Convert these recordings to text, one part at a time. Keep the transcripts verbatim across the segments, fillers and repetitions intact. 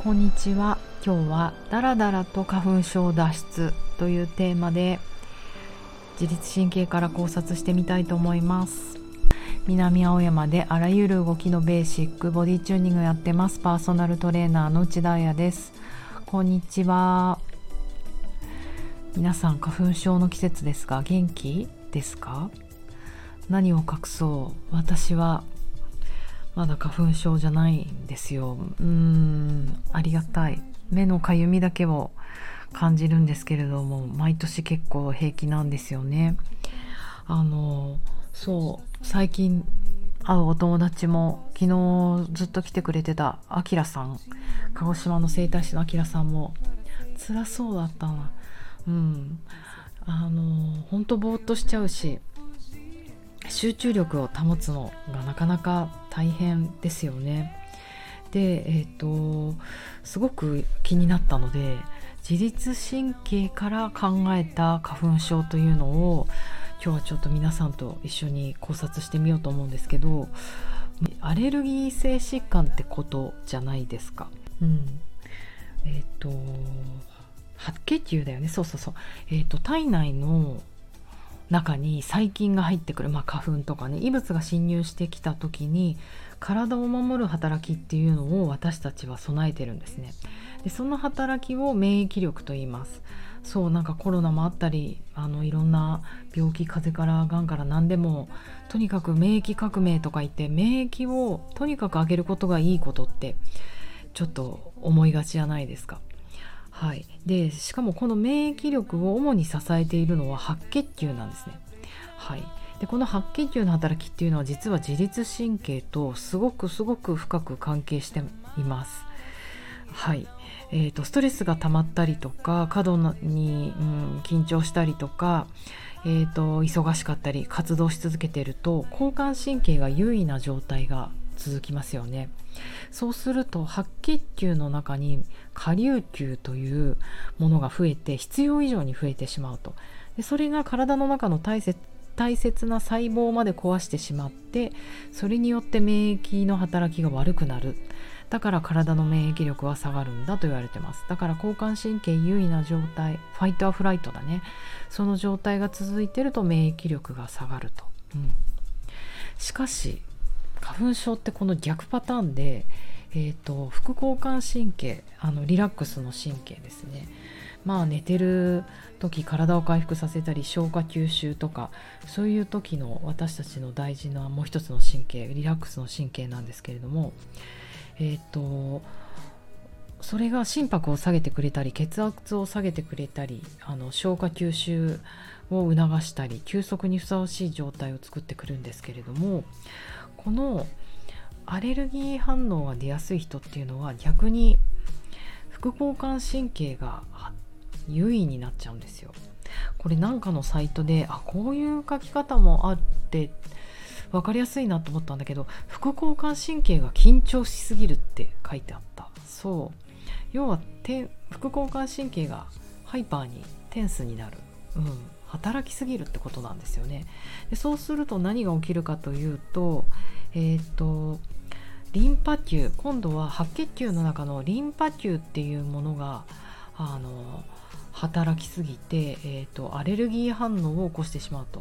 こんにちは。今日はダラダラと花粉症脱出というテーマで自律神経から考察してみたいと思います。南青山であらゆる動きのベーシックボディチューニングやってます。パーソナルトレーナーの内田彩です。こんにちは。皆さん花粉症の季節ですが元気ですか？何を隠そう私はまだ花粉症じゃないんですよ。うーんありがたい。目のかゆみだけを感じるんですけれども、毎年結構平気なんですよね。あのそう最近会うお友達も昨日ずっと来てくれてたあきらさん、鹿児島の整体師のあきらさんも辛そうだったな。うんあの本当ぼーっとしちゃうし、集中力を保つのがなかなか大変ですよね。で、えーと、すごく気になったので、自律神経から考えた花粉症というのを今日はちょっと皆さんと一緒に考察してみようと思うんですけど、アレルギー性疾患ってことじゃないですか。うん、えっ、と白血球だよね。そうそうそう。えっ、と体内の中に細菌が入ってくる、まあ、花粉とかね、異物が侵入してきた時に体を守る働きっていうのを私たちは備えてるんですね。でその働きを免疫力と言います。そうなんかコロナもあったり、あのいろんな病気、風邪からがんから何でもとにかく免疫革命とか言って免疫をとにかく上げることがいいことってちょっと思いがちじゃないですか。はい、でしかもこの免疫力を主に支えているのは白血球なんですね。はい、でこの白血球の働きっていうのは実は自律神経とすごくすごく深く関係しています。はい、えーと、ストレスが溜まったりとか過度に、うん、緊張したりとか、えーと、忙しかったり活動し続けていると交感神経が優位な状態が続きますよね。そうすると白血球の中に顆粒球というものが増えて必要以上に増えてしまうと。でそれが体の中の大切、大切な細胞まで壊してしまって、それによって免疫の働きが悪くなる。だから体の免疫力は下がるんだと言われてます。だから交感神経優位な状態、ファイトアフライトだね、その状態が続いていると免疫力が下がると。うん、しかし花粉症ってこの逆パターンで、えーと、副交感神経、あのリラックスの神経ですね。まあ寝てる時体を回復させたり消化吸収とかそういう時の私たちの大事なもう一つの神経、リラックスの神経なんですけれども、えーとそれが心拍を下げてくれたり血圧を下げてくれたり、あの消化吸収を促したり休息にふさわしい状態を作ってくるんですけれども、このアレルギー反応が出やすい人っていうのは逆に副交感神経が優位になっちゃうんですよ。これなんかのサイトであこういう書き方もあって分かりやすいなと思ったんだけど、副交感神経が緊張しすぎるって書いてあった。そう要は副交感神経がハイパーにテンスになる、うん、働きすぎるってことなんですよね。でそうすると何が起きるかというと、えーとリンパ球、今度は白血球の中のリンパ球っていうものがあの働きすぎて、えーとアレルギー反応を起こしてしまうと。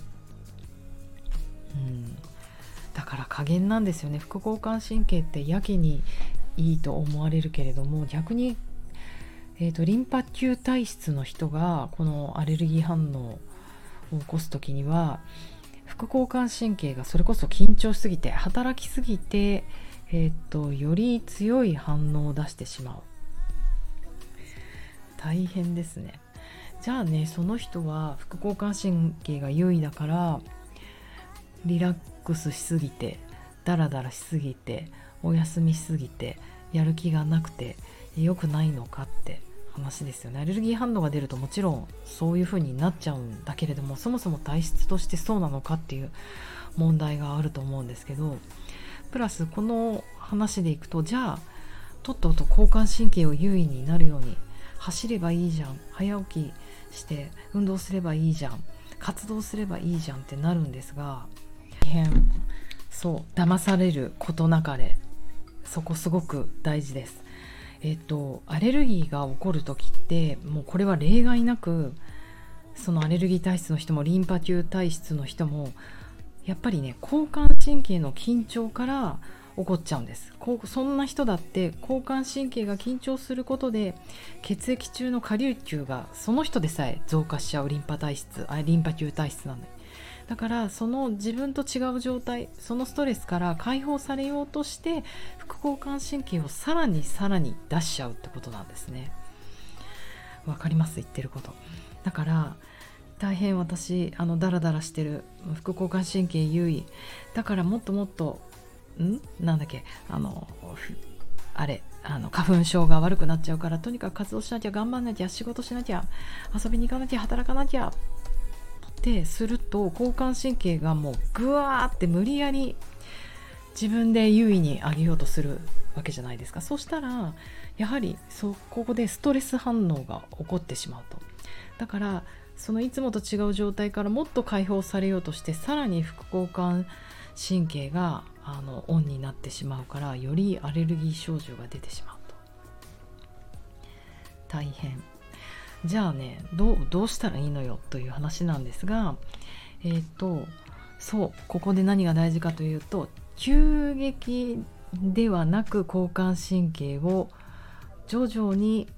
うん、だから加減なんですよね。副交感神経ってやけにいいと思われるけれども、逆に、えーと、リンパ球体質の人がこのアレルギー反応を起こすときには副交感神経がそれこそ緊張しすぎて働きすぎて、えーと、より強い反応を出してしまう。大変ですね。じゃあね、その人は副交感神経が優位だからリラックスしすぎてダラダラしすぎてお休みしすぎてやる気がなくて良くないのかって話ですよね。アレルギー反応が出るともちろんそういう風になっちゃうんだけれども、そもそも体質としてそうなのかっていう問題があると思うんですけど、プラスこの話でいくと、じゃあとっとと交感神経を優位になるように走ればいいじゃん、早起きして運動すればいいじゃん、活動すればいいじゃんってなるんですが、大変そう騙されることなかれ、そこすごく大事です。 えっとアレルギーが起こる時ってもうこれは例外なくそのアレルギー体質の人もリンパ球体質の人もやっぱりね交感神経の緊張から起こっちゃうんです。こうそんな人だって交感神経が緊張することで血液中の下流球がその人でさえ増加しちゃうリンパ体質あリンパ球体質なんだ。だからその自分と違う状態そのストレスから解放されようとして副交感神経をさらにさらに出しちゃうってことなんですね。わかります言ってること。だから大変私あのダラダラしてる副交感神経優位だからもっともっとんなんだっけあのあれあの花粉症が悪くなっちゃうからとにかく活動しなきゃ頑張んなきゃ仕事しなきゃ遊びに行かなきゃ働かなきゃってすると交感神経がもうぐわーって無理やり自分で優位に上げようとするわけじゃないですか。そうしたらやはりそここでストレス反応が起こってしまうと。だからそのいつもと違う状態からもっと解放されようとしてさらに副交感神経があのオンになってしまうからよりアレルギー症状が出てしまうと。大変。じゃあねどう、どうしたらいいのよという話なんですが、えーとそうここで何が大事かというと急激ではなく交感神経を徐々に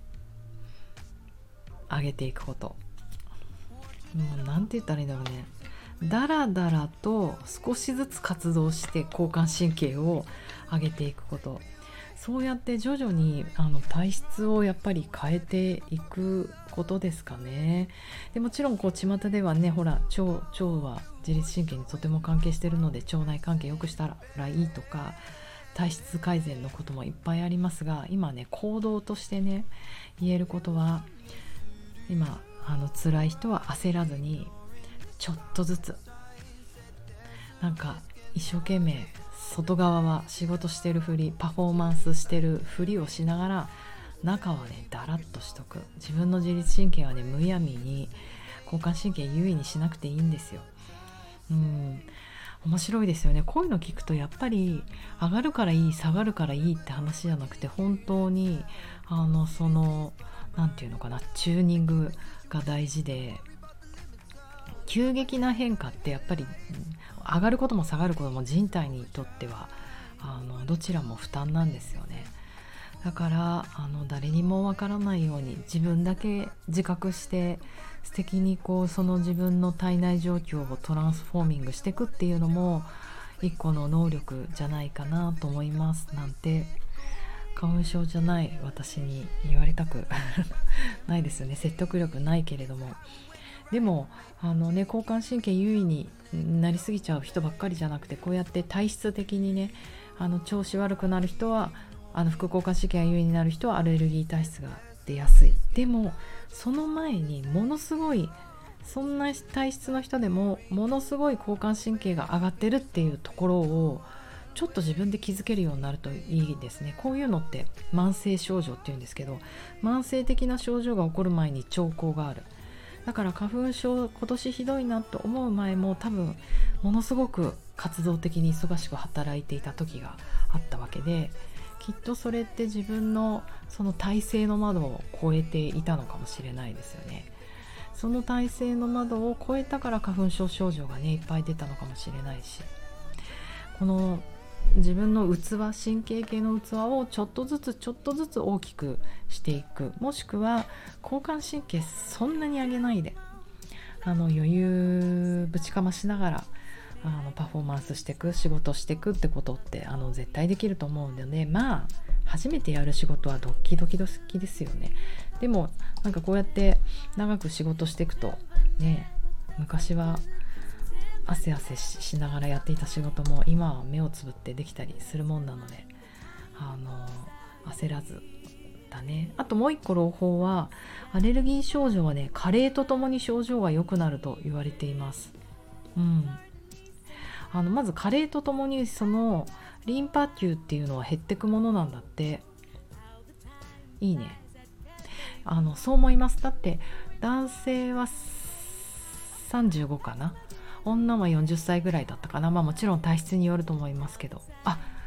上げていくこと。もうなんて言ったらいいんだろうね。だらだらと少しずつ活動して交感神経を上げていくこと。そうやって徐々にあの体質をやっぱり変えていくことですかね。でもちろんこう巷ではねほら腸、腸は自律神経にとても関係しているので腸内環境良くしたらいいとか体質改善のこともいっぱいありますが今ね行動としてね言えることは今あの辛い人は焦らずにちょっとずつなんか一生懸命外側は仕事してるふりパフォーマンスしてるふりをしながら中はねだらっとしとく。自分の自律神経はねむやみに交感神経優位にしなくていいんですよ。うん面白いですよね。こういうの聞くとやっぱり上がるからいい下がるからいいって話じゃなくて本当にあのそのなんていうのかなチューニングが大事で急激な変化ってやっぱり上がることも下がることも人体にとってはあのどちらも負担なんですよね。だからあの誰にもわからないように自分だけ自覚して素敵にこうその自分の体内状況をトランスフォーミングしていくっていうのも一個の能力じゃないかなと思いますなんて花粉症じゃない私に言われたくないですよね。説得力ないけれどもでもあの、ね、交感神経優位になりすぎちゃう人ばっかりじゃなくてこうやって体質的にねあの調子悪くなる人はあの副交感神経が優位になる人はアレルギー体質が出やすい。でもその前にものすごいそんな体質の人でもものすごい交感神経が上がってるっていうところをちょっと自分で気づけるようになるといいですね。こういうのって慢性症状っていうんですけど慢性的な症状が起こる前に兆候がある。だから花粉症今年ひどいなと思う前も多分ものすごく活動的に忙しく働いていた時があったわけできっとそれって自分のその耐性の窓を超えていたのかもしれないですよね。その耐性の窓を超えたから花粉症症状がねいっぱい出たのかもしれないしこの自分の器神経系の器をちょっとずつちょっとずつ大きくしていくもしくは交感神経そんなに上げないであの余裕ぶちかましながらあのパフォーマンスしていく仕事していくってことってあの絶対できると思うのでまあ初めてやる仕事はドキドキドキですよね。でもなんかこうやって長く仕事していくとね昔は汗汗しながらやっていた仕事も今は目をつぶってできたりするもんなのであの焦らずだね。あともう一個朗報はアレルギー症状はね加齢とともに症状が良くなると言われています。うんあのまず加齢とともにそのリンパ球っていうのは減ってくものなんだって。いいねあのそう思います。だって男性はさんじゅうごかな女はよんじゅっさいぐらいだったかな。まあもちろん体質によると思いますけどあ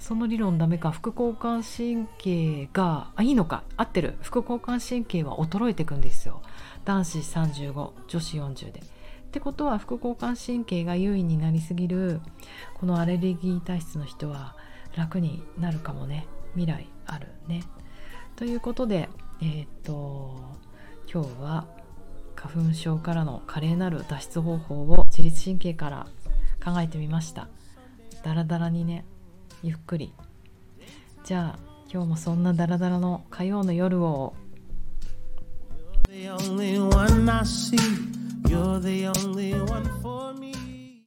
その理論ダメか。副交感神経があいいのか、合ってる。副交感神経は衰えていくんですよ。男子さんじゅうご、女子よんじゅうで。ってことは副交感神経が優位になりすぎるこのアレルギー体質の人は楽になるかもね。未来あるね。ということで、えー、っと今日は花粉症からの華麗なる脱出方法を自律神経から考えてみました。ダラダラにね、ゆっくり。じゃあ今日もそんなダラダラの火曜の夜を。 You're the only one I see. You're the only one for